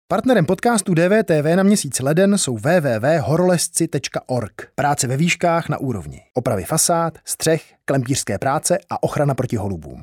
Partnerem podcastu DVTV na měsíc leden jsou www.horolezci.org. Práce ve výškách na úrovni. Opravy fasád, střech, klempířské práce a ochrana proti holubům.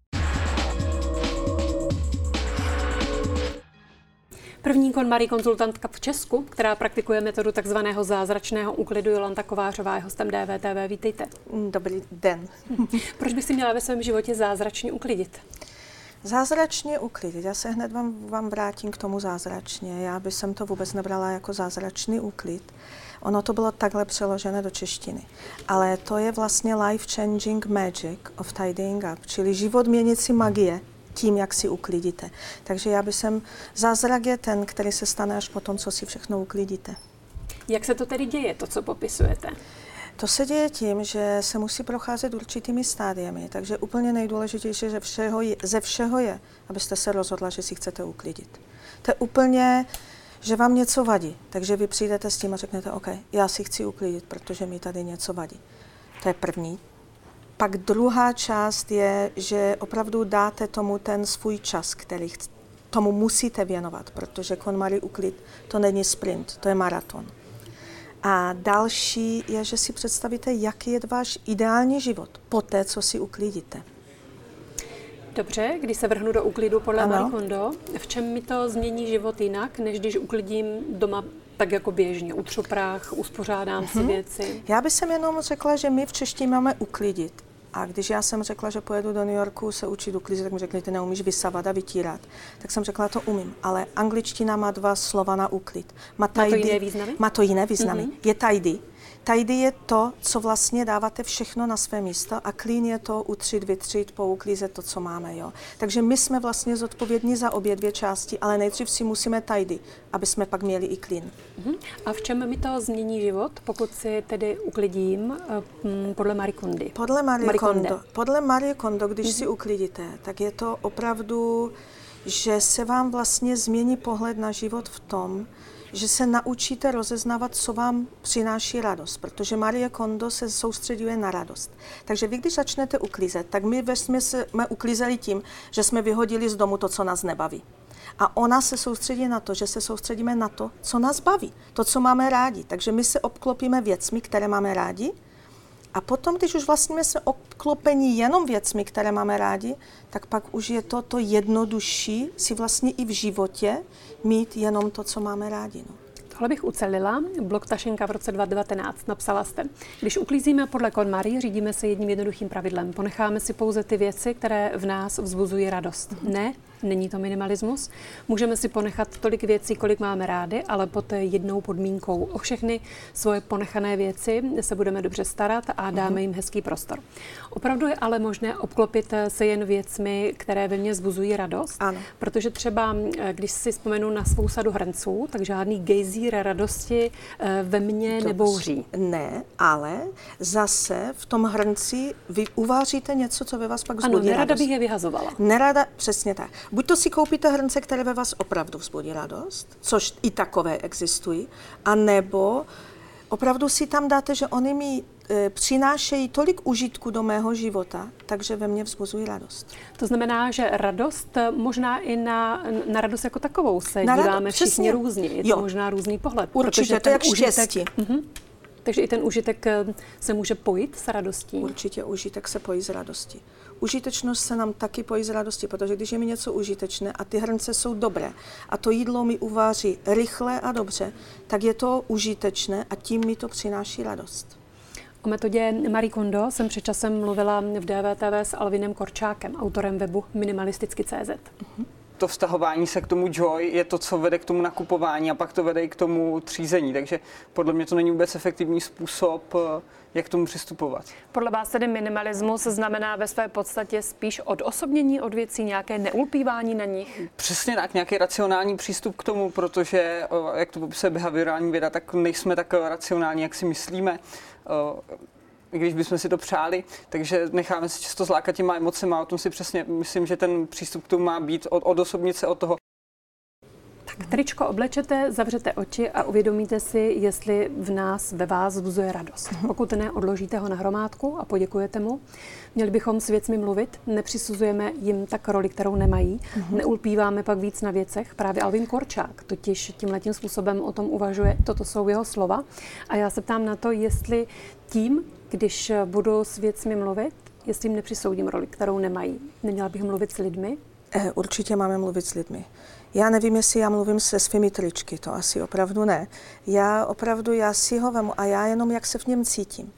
První KonMari konzultantka v Česku, která praktikuje metodu takzvaného zázračného úklidu, Jolanta Kovářová, je hostem DVTV. Vítejte. Dobrý den. Proč bych si měla ve svém životě zázračně uklidit? Zázračně uklidit. Já se hned vám vrátím k tomu zázračně. Já bych to vůbec nebrala jako zázračný úklid. Ono to bylo takhle přeložené do češtiny. Ale to je vlastně life-changing magic of tidying up, čili život měnící magie tím, jak si uklidíte. Takže zázrak je ten, který se stane až po tom, co si všechno uklidíte. Jak se to tedy děje, to, co popisujete? To se děje tím, že se musí procházet určitými stádiemi, takže úplně nejdůležitější ze všeho je, abyste se rozhodla, že si chcete uklidit. To je úplně, že vám něco vadí, takže vy přijdete s tím a řeknete, OK, já si chci uklidit, protože mi tady něco vadí. To je první. Pak druhá část je, že opravdu dáte tomu ten svůj čas, který tomu musíte věnovat, protože KonMari úklid to není sprint, to je maraton. A další je, že si představíte, jaký je váš ideální život po té, co si uklidíte. Dobře, když se vrhnu do úklidu podle Marie Kondo, v čem mi to změní život jinak, než když uklidím doma tak jako běžně, utřu prach, uspořádám si věci? Já bych jenom řekla, že my v češtině máme uklidit. A když já jsem řekla, že pojedu do New Yorku se učit uklidit, tak mi řekli, ty neumíš vysavat a vytírat. Tak jsem řekla, to umím, ale angličtina má 2 slova na úklid. Má to jiné významy? Má to jiné významy. Je tidy. Tidy je to, co vlastně dáváte všechno na své místo a clean je to utřít, vytřít, pouklízet to, co máme. Jo. Takže my jsme vlastně zodpovědní za obě 2 části, ale nejdřív si musíme tidy, aby jsme pak měli i clean. A v čem mi to změní život, pokud si tedy uklidím podle Marie Kondy? Podle Marie Kondo, když si uklidíte, tak je to opravdu, že se vám vlastně změní pohled na život v tom, že se naučíte rozeznávat, co vám přináší radost, protože Marie Kondo se soustředuje na radost. Takže vy, když začnete uklízet, tak my jsme uklízeli tím, že jsme vyhodili z domu to, co nás nebaví. A ona se soustředí na to, že se soustředíme na to, co nás baví, to, co máme rádi. Takže my se obklopíme věcmi, které máme rádi, a potom, když už vlastně jsme obklopeni jenom věcmi, které máme rádi, tak pak už je to jednodušší si vlastně i v životě mít jenom to, co máme rádi. No. Tohle bych ucelila. Blog Tašenka v roce 2019. Napsala jste, když uklízíme podle KonMari, řídíme se jedním jednoduchým pravidlem. Ponecháme si pouze ty věci, které v nás vzbuzují radost. Ne, není to minimalismus. Můžeme si ponechat tolik věcí, kolik máme rádi, ale pod jednou podmínkou. O všechny svoje ponechané věci se budeme dobře starat a dáme jim hezký prostor. Opravdu je ale možné obklopit se jen věcmi, které ve mně vzbuzují radost. Ano. Protože třeba, když si vzpomenu na svou sadu hrnců, tak žádný gejzír radosti ve mně nebouří. Ne, ale zase v tom hrnci vy uváříte něco, co ve vás pak vzbudí radost. Ano, nerada bych je vyhazovala. Nerada, přesně tak. Buď to si koupíte hrnce, které ve vás opravdu vzbudí radost, což i takové existují, anebo opravdu si tam dáte, že oni mi přinášejí tolik užitku do mého života, takže ve mně vzbuzují radost. To znamená, že radost, možná i na radost jako takovou se díváme všichni různě. Je to možná různý pohled. Určitě, to je jak štěstí. Takže i ten užitek se může pojít s radostí? Určitě užitek se pojí s radostí. Užitečnost se nám taky pojí s radostí, protože když je mi něco užitečné a ty hrnce jsou dobré a to jídlo mi uváří rychle a dobře, tak je to užitečné a tím mi to přináší radost. O metodě Marie Kondo jsem před časem mluvila v DVTV s Alvinem Korčákem, autorem webu minimalisticky.cz. To vztahování se k tomu joy je to, co vede k tomu nakupování a pak to vede i k tomu třízení. Takže podle mě to není vůbec efektivní způsob, jak k tomu přistupovat. Podle vás tedy minimalismus znamená ve své podstatě spíš odosobnění od věcí, nějaké neulpívání na nich? Přesně tak, nějaký racionální přístup k tomu, protože, jak to popisuje behaviorální věda, tak nejsme tak racionální, jak si myslíme. Když bychom si to přáli, takže necháme se často zlákat těma emocema, o tom si přesně myslím, že ten přístup k tomu má být odosobnit se od toho. Tak tričko oblečete, zavřete oči a uvědomíte si, jestli v nás, ve vás vzbuzuje radost. Pokud ne, odložíte ho na hromádku a poděkujete mu. Měli bychom s věcmi mluvit, nepřisuzujeme jim tak roli, kterou nemají, neulpíváme pak víc na věcech. Právě Alvin Korčák totiž tímhletím způsobem o tom uvažuje, toto jsou jeho slova. A já se ptám na to, jestli tím, když budu s věcmi mluvit, jestli jim nepřisoudím roli, kterou nemají. Neměla bych mluvit s lidmi? Určitě máme mluvit s lidmi. Já nevím, jestli já mluvím se svými tričky, to asi opravdu ne. Já si ho vemu a já jenom, jak se v něm cítím.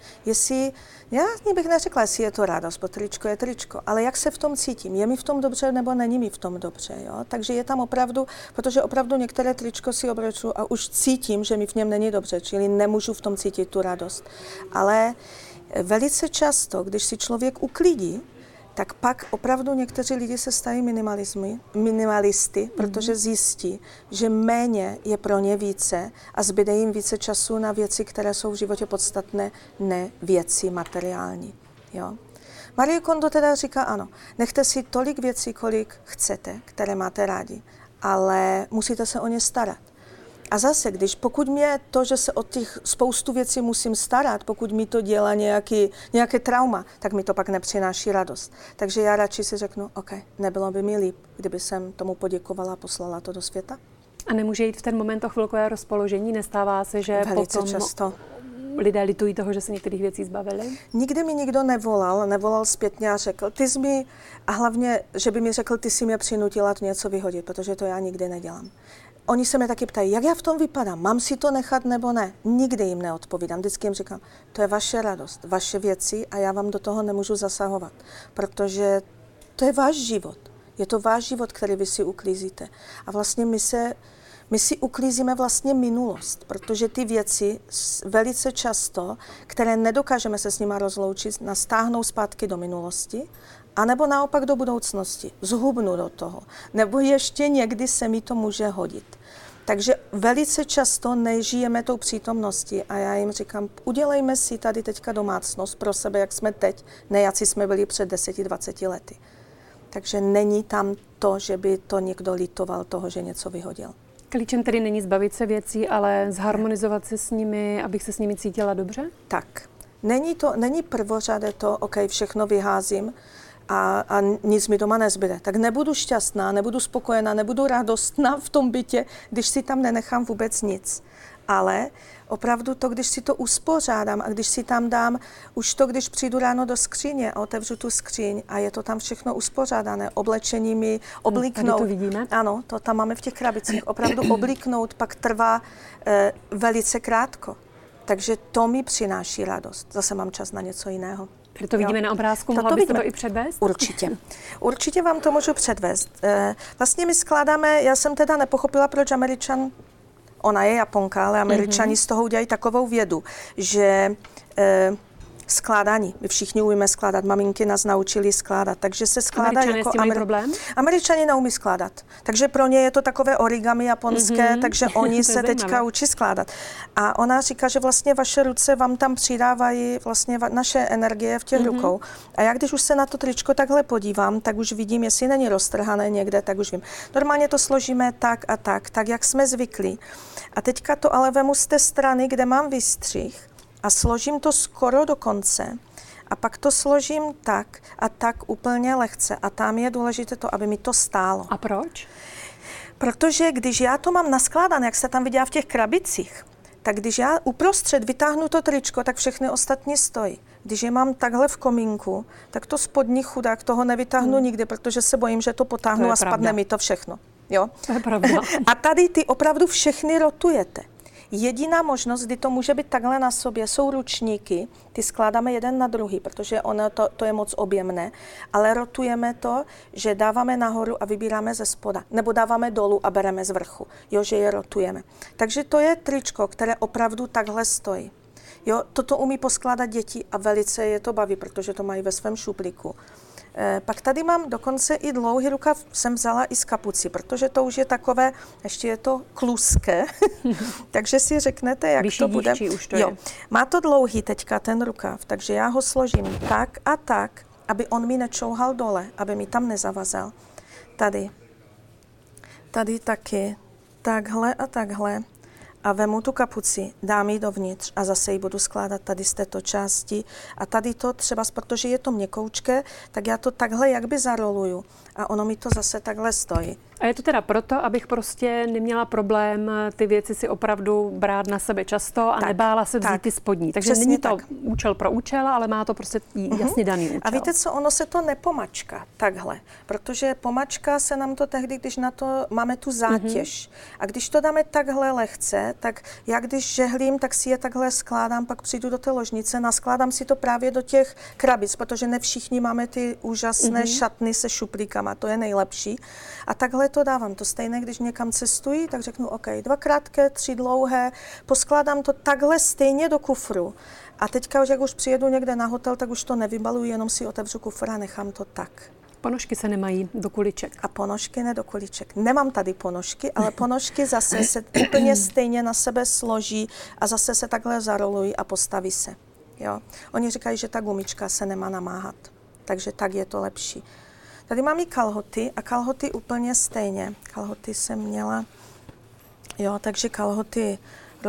Já bych neřekla, jestli je to radost, bo tričko je tričko, ale jak se v tom cítím. Je mi v tom dobře, nebo není mi v tom dobře. Jo? Takže je tam opravdu, protože opravdu některé tričko si obleču a už cítím, že mi v něm není dobře, čili nemůžu v tom cítit tu radost. Ale velice často, když si člověk uklidí, tak pak opravdu někteří lidi se stají minimalisty, protože zjistí, že méně je pro ně více a zbyde jim více času na věci, které jsou v životě podstatné, ne věci materiální. Jo? Marie Kondo teda říká ano, nechte si tolik věcí, kolik chcete, které máte rádi, ale musíte se o ně starat. A zase, pokud mě to, že se o těch spoustu věcí musím starat, pokud mi to dělá nějaké trauma, tak mi to pak nepřináší radost. Takže já radši si řeknu, OK, nebylo by mi líp, kdyby jsem tomu poděkovala a poslala to do světa. A nemůže jít v ten moment o chvilkové rozpoložení? Nestává se, že velice potom často lidé litují toho, že se některých věcí zbavili? Nikdy mi nikdo nevolal zpětně a řekl, a hlavně, že by mi řekl, ty jsi mě přinutila to něco vyhodit, protože to já nikdy nedělám. Oni se mě taky ptají, jak já v tom vypadám, mám si to nechat nebo ne. Nikdy jim neodpovídám, vždycky jim říkám, to je vaše radost, vaše věci a já vám do toho nemůžu zasahovat, protože to je váš život. Je to váš život, který vy si uklízíte. A vlastně my si uklízíme vlastně minulost, protože ty věci velice často, které nedokážeme se s nima rozloučit, nás stáhnou zpátky do minulosti, anebo naopak do budoucnosti, zhubnu do toho, nebo ještě někdy se mi to může hodit. Takže velice často nežijeme tou přítomností a já jim říkám, udělejme si tady teďka domácnost pro sebe, jak jsme teď, ne jak jsme byli před 10-20 lety. Takže není tam to, že by to někdo litoval toho, že něco vyhodil. Klíčem tedy není zbavit se věcí, ale zharmonizovat se s nimi, abych se s nimi cítila dobře? Tak. Není prvořadé to, OK, všechno vyházím a nic mi doma nezbyde. Tak nebudu šťastná, nebudu spokojená, nebudu radostná v tom bytě, když si tam nenechám vůbec nic. Ale opravdu to, když si to uspořádám a když si tam dám, už to, když přijdu ráno do skříně a otevřu tu skříň a je to tam všechno uspořádané, oblečeními, oblíknout. Tady to vidíme. Ano, to tam máme v těch krabicích. Opravdu oblíknout pak trvá velice krátko. Takže to mi přináší radost. Zase mám čas na něco jiného. Tady to vidíme na obrázku, mohla byste to i předvést? Určitě. Určitě vám to můžu předvést. Vlastně my skládáme, já jsem teda nepochopila, proč Američan, ona je Japonka, ale Američani z toho udělají takovou vědu, že skládání. My všichni umíme skládat, maminky nás naučili skládat, takže se skládá Američané jako problém? Američani neumí skládat, takže pro ně je to takové origami japonské, takže oni se teďka učí skládat. A ona říká, že vlastně vaše ruce vám tam přidávají vlastně naše energie v těch rukou. A já když už se na to tričko takhle podívám, tak už vidím, jestli není roztrhané někde, tak už vím. Normálně to složíme tak a tak jak jsme zvyklí. A teďka to ale vemu z té strany, kde mám výstřih, a složím to skoro do konce a pak to složím tak a tak úplně lehce a tam je důležité to, aby mi to stálo. A proč? Protože když já to mám naskládané, jak se tam viděla v těch krabicích, tak když já uprostřed vytáhnu to tričko, tak všechny ostatní stojí. Když je mám takhle v komínku, tak to spodní chudák toho nevytáhnu nikdy, protože se bojím, že to potáhnu a spadne mi to všechno. Jo? To je pravda. A tady ty opravdu všechny rotujete. Jediná možnost, kdy to může být takhle na sobě, jsou ručníky, ty skládáme jeden na druhý, protože ono to je moc objemné, ale rotujeme to, že dáváme nahoru a vybíráme ze spoda, nebo dáváme dolů a bereme z vrchu, jo, že je rotujeme. Takže to je tričko, které opravdu takhle stojí. Jo, toto umí poskládat děti a velice je to baví, protože to mají ve svém šuplíku. Pak tady mám dokonce i dlouhý rukav, jsem vzala i z kapuci, protože to už je takové, ještě je to kluské, takže si řeknete, jak vyšší to bude. Už to je. Má to dlouhý teďka ten rukav, takže já ho složím tak a tak, aby on mi nečouhal dole, aby mi tam nezavazal. Tady taky, takhle a takhle a vemu tu kapuci, dám ji dovnitř a zase ji budu skládat tady z této části a tady to třeba, protože je to měkoučké, tak já to takhle jakby zaroluju a ono mi to zase takhle stojí. A je to teda proto, abych prostě neměla problém ty věci si opravdu brát na sebe často a nebála se vzít ty spodní. Takže přesně není to tak. Účel pro účel, ale má to prostě jasně daný účel. A víte co, ono se to nepomačká takhle, protože pomačká se nám to tehdy, když na to máme tu zátěž. A když to dáme takhle lehce, tak já když žehlím, tak si je takhle skládám, pak přijdu do té ložnice, naskládám si to právě do těch krabic, protože ne všichni máme ty úžasné šatny se šuplíkama, to je nejlepší. A takhle to dávám. To stejné, když někam cestuji, tak řeknu, OK, 2 krátké, 3 dlouhé, poskládám to takhle stejně do kufru. A teďka, jak už přijedu někde na hotel, tak už to nevybaluji, jenom si otevřu kufr a nechám to tak. Ponožky se nemají do kuliček. A ponožky ne do kuliček. Nemám tady ponožky, ale ponožky zase se úplně stejně na sebe složí a zase se takhle zarolují a postaví se. Jo? Oni říkají, že ta gumička se nemá namáhat, takže tak je to lepší. Tady mám i kalhoty a kalhoty úplně stejně. Kalhoty jsem měla, jo, takže kalhoty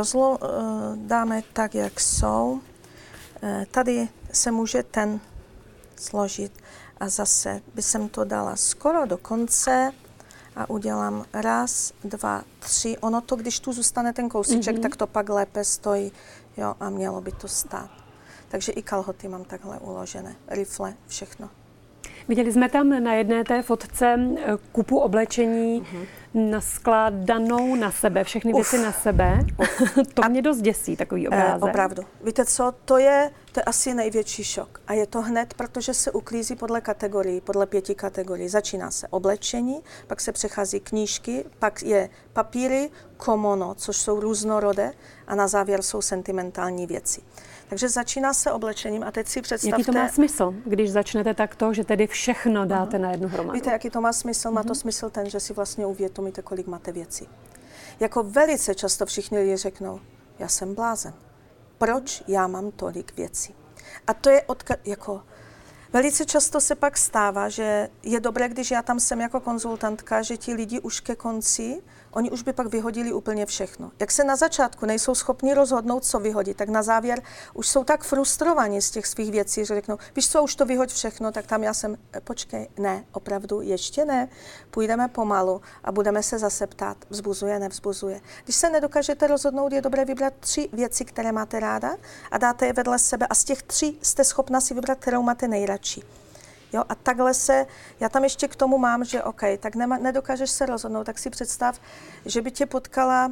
dáme tak, jak jsou. Tady se může ten složit a zase by jsem to dala skoro do konce a udělám 1, 2, 3. Ono to, když tu zůstane ten kousíček, tak to pak lépe stojí, jo, a mělo by to stát. Takže i kalhoty mám takhle uložené, rifle, všechno. Viděli jsme tam na jedné té fotce kupu oblečení naskládanou na sebe, všechny věci na sebe. To mě dost děsí, takový obrázek. Opravdu. Víte co, to je asi největší šok. A je to hned, protože se uklízí podle kategorií, podle 5 kategorií. Začíná se oblečení, pak se přechází knížky, pak je papíry, komono, což jsou různorodé, a na závěr jsou sentimentální věci. Takže začíná se oblečením a teď si představte... Jaký to má smysl, když začnete takto, že tedy všechno dáte na jednu hromadu? Víte, jaký to má smysl? Má to smysl ten, že si vlastně uvědomíte, kolik máte věcí. Jako velice často všichni lidi řeknou, já jsem blázen. Proč já mám tolik věcí? A to je jako... Velice často se pak stává, že je dobré, když já tam jsem jako konzultantka, že ti lidi už ke konci, oni už by pak vyhodili úplně všechno. Jak se na začátku nejsou schopni rozhodnout, co vyhodit, tak na závěr už jsou tak frustrovaní z těch svých věcí, že řeknou, víš co, už to vyhoď všechno, tak tam já jsem, počkej, ne, opravdu ještě ne, půjdeme pomalu a budeme se zase ptát, vzbuzuje, nevzbuzuje. Když se nedokážete rozhodnout, je dobré vybrat 3 věci, které máte ráda a dáte je vedle sebe a z těch 3 jste schopna si vybrat, kterou máte nejradši. Jo, a takhle já tam ještě k tomu mám, že OK, tak nedokážeš se rozhodnout, tak si představ, že by tě potkala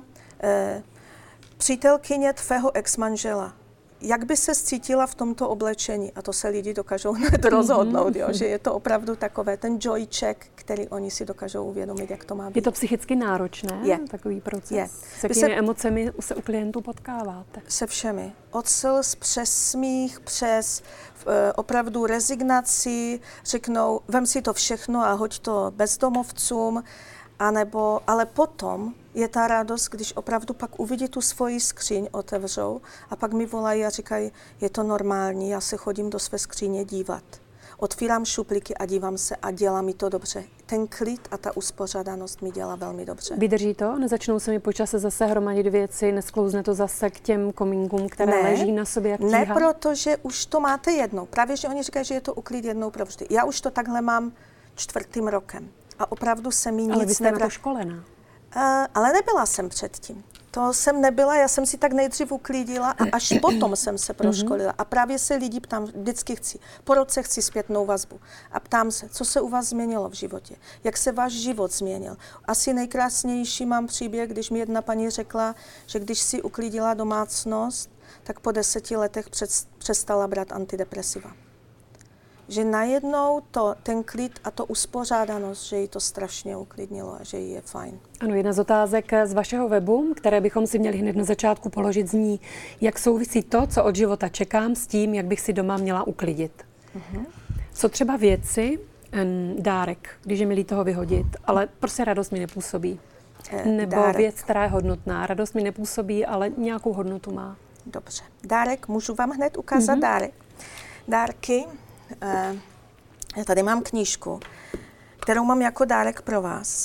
přítelkyně tvého ex-manžela. Jak by se cítila v tomto oblečení? A to se lidi dokážou hned rozhodnout, jo, že je to opravdu takové, ten joy check, který oni si dokážou uvědomit, jak to má být. Je to psychicky náročné, takový proces? Je. Se jakými emocemi se u klientů potkáváte? Se všemi. Od slz přes smích, přes opravdu rezignaci, řeknou, vem si to všechno a hoď to bezdomovcům, ale potom je ta radost, když opravdu pak uvidí tu svoji skříň, otevřou a pak mi volají a říkají, je to normální, já se chodím do své skříně dívat. Otvírám šuplíky a dívám se a dělá mi to dobře. Ten klid a ta uspořádanost mi dělá velmi dobře. Vydrží to? Nezačnou se mi po čase zase hromadit věci, nesklouzne to zase k těm komínkům, které leží na sobě jak tíha? Ne, protože už to máte jednou. Právě, že oni říkají, že je to uklid jednou provždy. Já už to takhle mám 4. rokem. A opravdu se mi nic Ale vy jste na to školená. Ale nebyla jsem předtím. To jsem nebyla, já jsem si tak nejdřív uklidila a až potom jsem se proškolila. A právě se lidi ptám, vždycky po roce chci zpětnou vazbu. A ptám se, co se u vás změnilo v životě? Jak se váš život změnil? Asi nejkrásnější mám příběh, když mi jedna paní řekla, že když si uklidila domácnost, tak po 10 letech přestala brát antidepresiva. Že najednou ten klid a to uspořádanost, že jí to strašně uklidnilo a že jí je fajn. Ano, jedna z otázek z vašeho webu, které bychom si měli hned na začátku položit, zní, jak souvisí to, co od života čekám, s tím, jak bych si doma měla uklidit. Co třeba věci, dárek, když je mi líto toho vyhodit, ale prostě radost mi nepůsobí. Nebo dárek. Věc, která je hodnotná. Radost mi nepůsobí, ale nějakou hodnotu má. Dobře. Dárek, můžu vám hned ukázat dárek. Dárky. Já tady mám knížku, kterou mám jako dárek pro vás.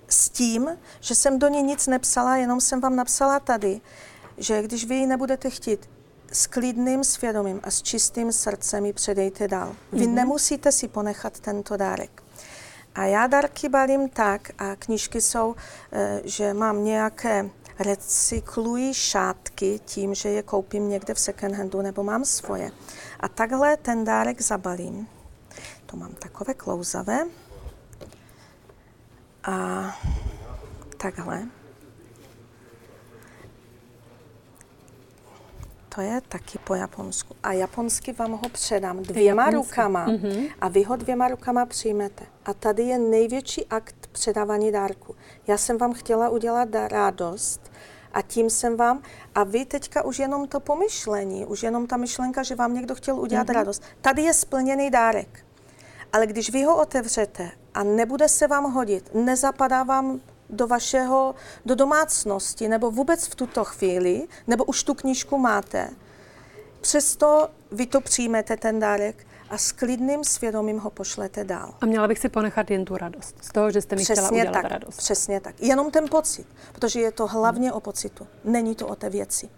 s tím, že jsem do ní nic nepsala, jenom jsem vám napsala tady, že když vy ji nebudete chtít, s klidným svědomím a s čistým srdcem ji předejte dál. Vy nemusíte si ponechat tento dárek. A já dárky balím tak, a knížky jsou, že mám nějaké recyklují šátky tím, že je koupím někde v second handu, nebo mám svoje. A takhle ten dárek zabalím. To mám takové klouzavé. A takhle. To je taky po japonsku. A japonsky vám ho předám dvěma rukama a vy ho dvěma rukama přijmete. A tady je největší akt předávání dárku. Já jsem vám chtěla udělat radost a tím jsem vám, a vy teďka už jenom to pomyšlení, už jenom ta myšlenka, že vám někdo chtěl udělat radost. Tady je splněný dárek. Ale když vy ho otevřete a nebude se vám hodit, nezapadá vám do domácnosti, nebo vůbec v tuto chvíli, nebo už tu knížku máte, přesto vy to přijmete, ten dárek, a s klidným svědomím ho pošlete dál. A měla bych si ponechat jen tu radost z toho, že jste mi chtěla udělat radost. Přesně tak. Jenom ten pocit, protože je to hlavně o pocitu, není to o té věci.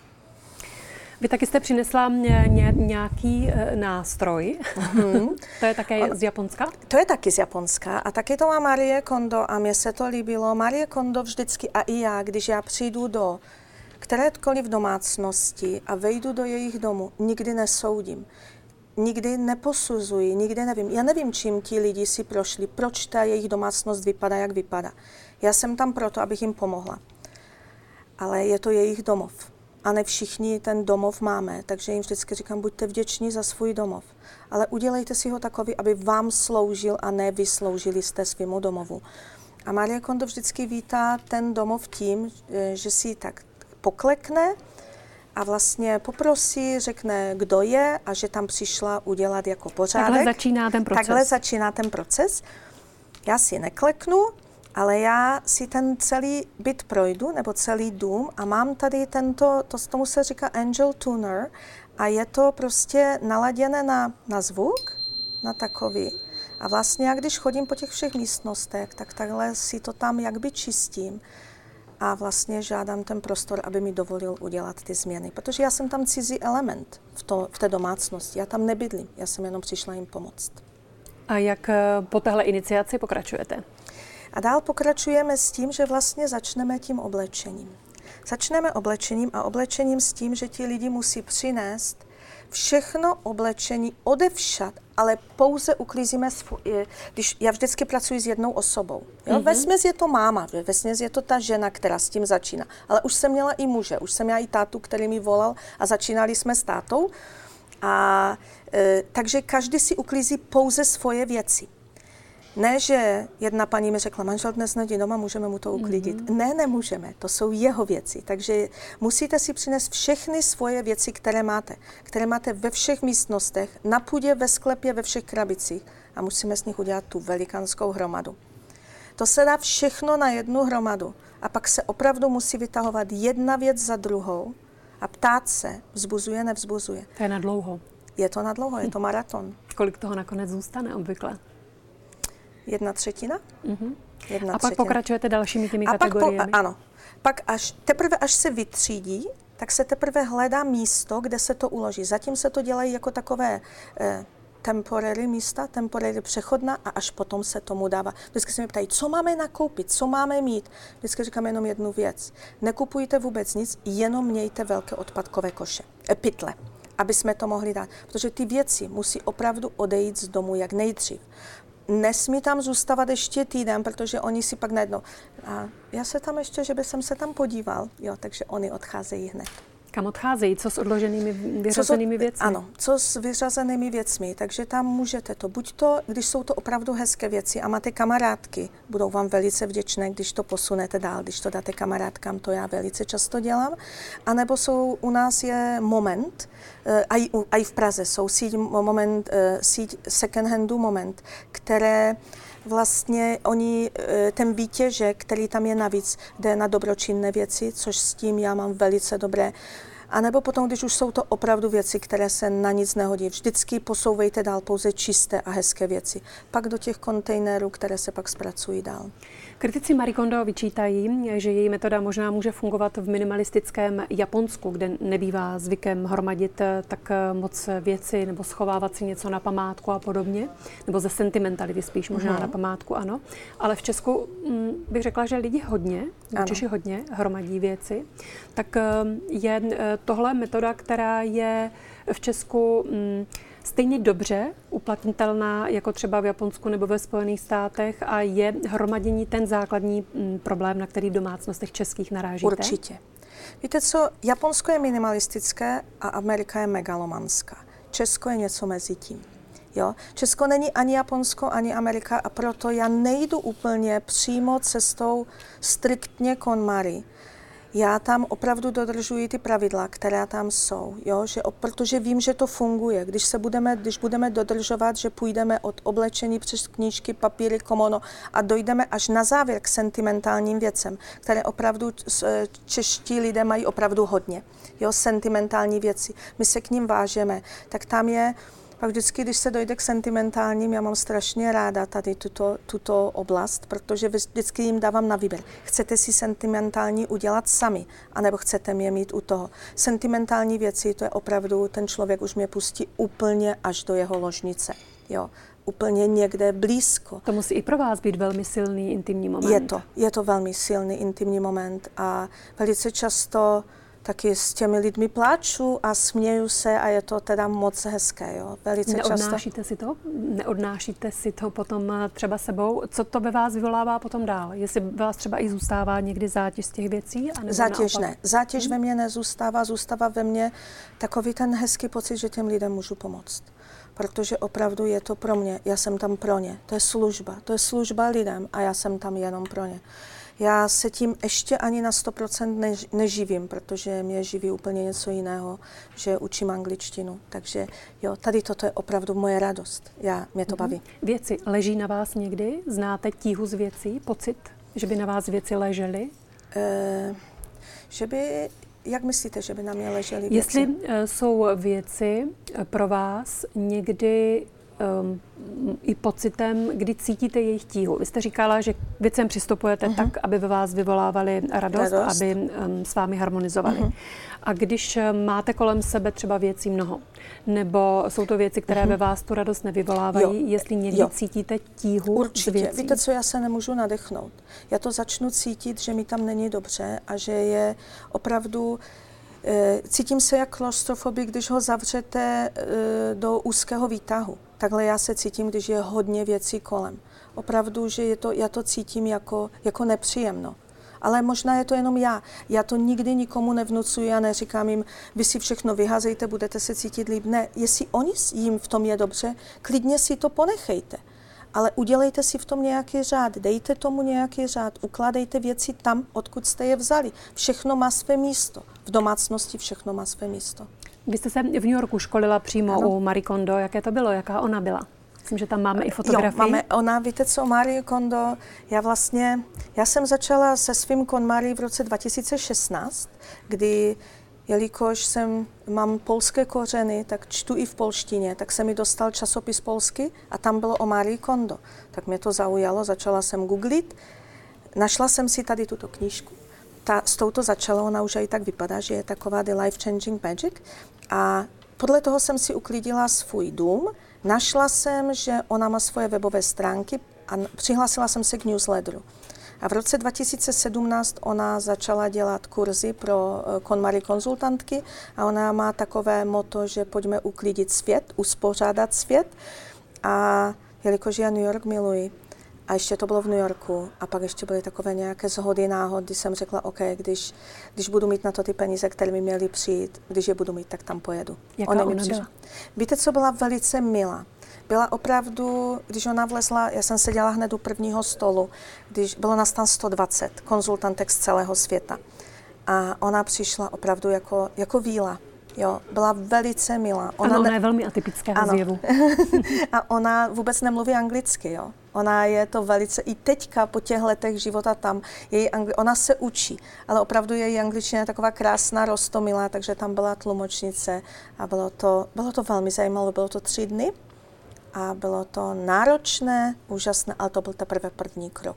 Vy taky jste přinesla nějaký nástroj. To je také z Japonska? To je taky z Japonska a taky to má Marie Kondo a mně se to líbilo. Marie Kondo vždycky a i já, když já přijdu do kterékoliv domácnosti a vejdu do jejich domu, nikdy nesoudím. Nikdy neposuzuji, nikdy nevím. Já nevím, čím ti lidi si prošli, proč ta jejich domácnost vypadá, jak vypadá. Já jsem tam proto, abych jim pomohla. Ale je to jejich domov. A ne všichni ten domov máme, takže jim vždycky říkám, buďte vděční za svůj domov. Ale udělejte si ho takový, aby vám sloužil a ne vy sloužili jste svému domovu. A Marie Kondo vždycky vítá ten domov tím, že si tak poklekne a vlastně poprosí, řekne, kdo je a že tam přišla udělat jako pořádek. Takhle začíná ten proces. Takhle začíná ten proces. Já si nekleknu, ale já si ten celý byt projdu, nebo celý dům a mám tady tomu se říká Angel Tuner a je to prostě naladěné na zvuk, na takový. A vlastně já když chodím po těch všech místnostech, tak takhle si to tam jakby čistím a vlastně žádám ten prostor, aby mi dovolil udělat ty změny. Protože já jsem tam cizí element v té domácnosti, já tam nebydlím, já jsem jenom přišla jim pomoct. A jak po téhle iniciaci pokračujete? A dál pokračujeme s tím, že vlastně začneme tím oblečením. Začneme oblečením a oblečením s tím, že ti lidi musí přinést všechno oblečení odevšad, ale pouze uklízíme, když já vždycky pracuji s jednou osobou. Jo? Vesměs je to máma, vesměs je to ta žena, která s tím začíná. Ale už jsem měla i muže, už jsem měla i tátu, který mi volal a začínali jsme s tátou. Takže každý si uklízí pouze svoje věci. Ne, že jedna paní mi řekla, manžel dnes není doma, můžeme mu to uklidit. Ne, nemůžeme, to jsou jeho věci. Takže musíte si přinést všechny svoje věci, které máte ve všech místnostech, na půdě, ve sklepě, ve všech krabicích a musíme z nich udělat tu velikánskou hromadu. To se dá všechno na jednu hromadu a pak se opravdu musí vytahovat jedna věc za druhou a ptát se, vzbuzuje, nevzbuzuje. To je na dlouho. Je to na dlouho, je to maraton. Kolik toho nakonec zůstane obvykle? 1/3? A pak pokračujete dalšími těmi kategoriemi? Ano. Pak až se vytřídí, tak se teprve hledá místo, kde se to uloží. Zatím se to dělají jako takové temporary místa, temporary přechodna a až potom se tomu dává. Vždycky se mi ptají, co máme nakoupit, co máme mít. Vždycky říkám jenom jednu věc. Nekupujte vůbec nic, jenom mějte velké odpadkové pytle, aby jsme to mohli dát. Protože ty věci musí opravdu odejít z domu jak nejdřív. Nesmí tam zůstávat ještě týden, protože oni si pak najednou. A já se tam ještě, že by jsem se tam podíval, jo, takže oni odcházejí hned. Kam odcházejí? Co s odloženými, vyřazenými věcmi? Ano, co s vyřazenými věcmi. Takže tam můžete to, buď to, když jsou to opravdu hezké věci a máte kamarádky, budou vám velice vděčné, když to posunete dál, když to dáte kamarádkám, to já velice často dělám. A nebo u nás je Moment, a i v Praze jsou síť second handu Moment, které vlastně ten výtěžek, který tam je navíc, jde na dobročinné věci, což s tím já mám velice dobré. A nebo potom, když už jsou to opravdu věci, které se na nic nehodí, vždycky posouvejte dál pouze čisté a hezké věci. Pak do těch kontejnerů, které se pak zpracují dál. Kritici Marie Kondo vyčítají, že její metoda možná může fungovat v minimalistickém Japonsku, kde nebývá zvykem hromadit tak moc věci nebo schovávat si něco na památku a podobně, nebo ze sentimentality spíš možná na památku, ano. Ale v Česku bych řekla, že lidi hodně, Češi hodně hromadí věci, tak je tohle metoda, která je v Česku stejně dobře uplatnitelná jako třeba v Japonsku nebo ve Spojených státech a je hromadění ten základní problém, na který v domácnostech českých narážíte? Určitě. Víte co, Japonsko je minimalistické a Amerika je megalomanská. Česko je něco mezi tím. Jo? Česko není ani Japonsko, ani Amerika a proto já nejdu úplně přímo cestou striktně KonMari. Já tam opravdu dodržuji ty pravidla, která tam jsou, jo? Protože vím, že to funguje. Když budeme dodržovat, že půjdeme od oblečení přes knížky, papíry, komono a dojdeme až na závěr k sentimentálním věcem, které opravdu čeští lidé mají opravdu hodně. Jo? Sentimentální věci. My se k ním vážeme. Tak tam je. Pak vždycky, když se dojde k sentimentálním, já mám strašně ráda tady tuto oblast, protože vždycky jim dávám na výběr. Chcete si sentimentální udělat sami, anebo chcete mě mít u toho. Sentimentální věci, to je opravdu, ten člověk už mě pustí úplně až do jeho ložnice. Jo. Úplně někde blízko. To musí i pro vás být velmi silný intimní moment. Je to velmi silný intimní moment a velice často taky s těmi lidmi pláču a směju se a je to teda moc hezké. Jo. Neodnášíte si to potom třeba sebou? Co to ve vás vyvolává potom dál? Jestli vás třeba i zůstává někdy zátěž z těch věcí? Zátěž ne. Zátěž ve mně nezůstává, zůstává ve mně takový ten hezký pocit, že těm lidem můžu pomoct. Protože opravdu je to pro mě, já jsem tam pro ně. To je služba lidem a já jsem tam jenom pro ně. Já se tím ještě ani na 100% neživím, protože mě živí úplně něco jiného, že učím angličtinu. Takže jo, tady toto je opravdu moje radost. Mě to baví. Věci leží na vás někdy? Znáte tíhu z věcí? Pocit, že by na vás věci ležely? Jak myslíte, že by na mě ležely věci? Jestli jsou věci pro vás někdy i pocitem, kdy cítíte jejich tíhu. Vy jste říkala, že k věcem přistupujete tak, aby ve vás vyvolávali radost. Aby s vámi harmonizovali. A když máte kolem sebe třeba věcí mnoho, nebo jsou to věci, které ve vás tu radost nevyvolávají, jestli někdy cítíte tíhu Určitě. z věcí? Víte co, já se nemůžu nadechnout. Já to začnu cítit, že mi tam není dobře a že je opravdu cítím se jak klaustrofobie, když ho zavřete do úzkého výtahu. Takhle já se cítím, když je hodně věcí kolem. Opravdu, že já to cítím jako nepříjemno. Ale možná je to jenom já. Já to nikdy nikomu nevnucuji a neříkám jim, vy si všechno vyházejte, budete se cítit líp. Ne, jestli jim v tom je dobře, klidně si to ponechejte. Ale udělejte si v tom nějaký řád, dejte tomu nějaký řád, ukládejte věci tam, odkud jste je vzali. Všechno má své místo. V domácnosti všechno má své místo. Vy jste se v New Yorku školila přímo u Marie Kondo. Jaké to bylo? Jaká ona byla? Myslím, že tam máme i fotografii. Víte co, Marie Kondo, já jsem začala se svým KonMari v roce 2016, jelikož mám polské kořeny, tak čtu i v polštině, tak se mi dostal časopis polsky a tam bylo o Marie Kondo. Tak mě to zaujalo, začala jsem googlit, našla jsem si tady tuto knížku. S touto začala, ona už i tak vypadá, že je taková The Life Changing Magic. A podle toho jsem si uklidila svůj dům, našla jsem, že ona má svoje webové stránky a přihlásila jsem se k newsletteru. A v roce 2017 ona začala dělat kurzy pro KonMari konzultantky a ona má takové motto, že pojďme uklidit svět, uspořádat svět. A jelikož já New York miluji, a ještě to bylo v New Yorku a pak ještě byly takové nějaké shody náhod, kdy jsem řekla, OK, když budu mít na to ty peníze, které mi měly přijít, když je budu mít, tak tam pojedu. Jaká ona byla? Víte, co byla velice milá? Byla opravdu, když ona vlezla, já jsem seděla hned u prvního stolu, když bylo nás tam 120 konzultantek z celého světa. A ona přišla opravdu jako víla. Jo, byla velice milá. Ona je velmi atypická zjevu. A ona vůbec nemluví anglicky, jo. Ona je to velice, i teďka po těch letech života tam, ona se učí, ale opravdu její angličtina je taková krásná, roztomilá, takže tam byla tlumočnice a bylo to velmi zajímavé, bylo to 3 dny a bylo to náročné, úžasné, ale to byl teprve první krok.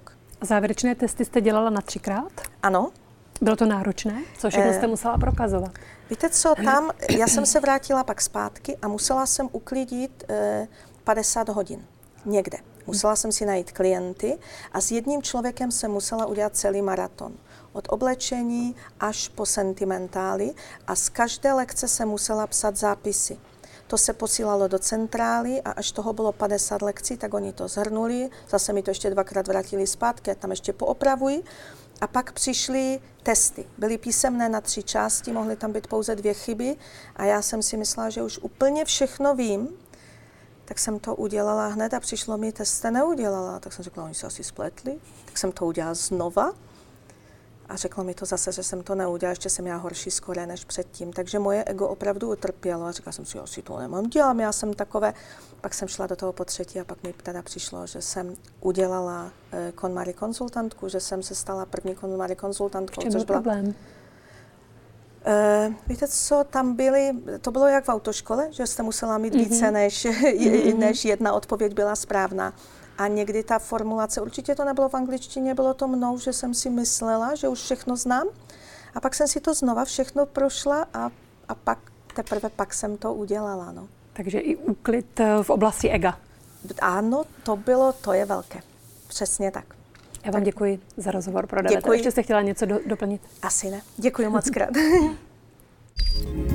Závěrečné testy jste dělala na 3krát? Ano. Bylo to náročné? Co všechno jste musela prokazovat? Víte co, tam já jsem se vrátila pak zpátky a musela jsem uklidit 50 hodin někde. Musela jsem si najít klienty a s jedním člověkem jsem musela udělat celý maraton. Od oblečení až po sentimentály a z každé lekce jsem musela psat zápisy. To se posílalo do centrály a až toho bylo 50 lekcí, tak oni to zhrnuli, zase mi to ještě 2krát vrátili zpátky a tam ještě poopravuji. A pak přišly testy. Byly písemné na 3 části, mohly tam být pouze 2 chyby a já jsem si myslela, že už úplně všechno vím, tak jsem to udělala hned a přišlo mi, test jste neudělala. Tak jsem řekla, oni se asi spletli, tak jsem to udělala znova a řeklo mi to zase, že jsem to neudělala, ještě jsem já horší skore než předtím. Takže moje ego opravdu utrpělo a řekla jsem si, si to nemám dělat, já jsem takové. Pak jsem šla do toho po třetí a pak mi teda přišlo, že jsem udělala KonMari konzultantku, že jsem se stala první KonMari konzultantkou. V čem byl problém? Víte co, tam to bylo jak v autoškole, že jste musela mít více než jedna odpověď byla správná. A někdy ta formulace, určitě to nebylo v angličtině, bylo to mnou, že jsem si myslela, že už všechno znám. A pak jsem si to znova všechno prošla a pak teprve jsem to udělala. No. Takže i úklid v oblasti ega. Ano, to je velké. Přesně tak. Já vám děkuji za rozhovor pro Deveto. Děkuji. Ještě jste chtěla něco doplnit? Asi ne. Děkuji moc krát.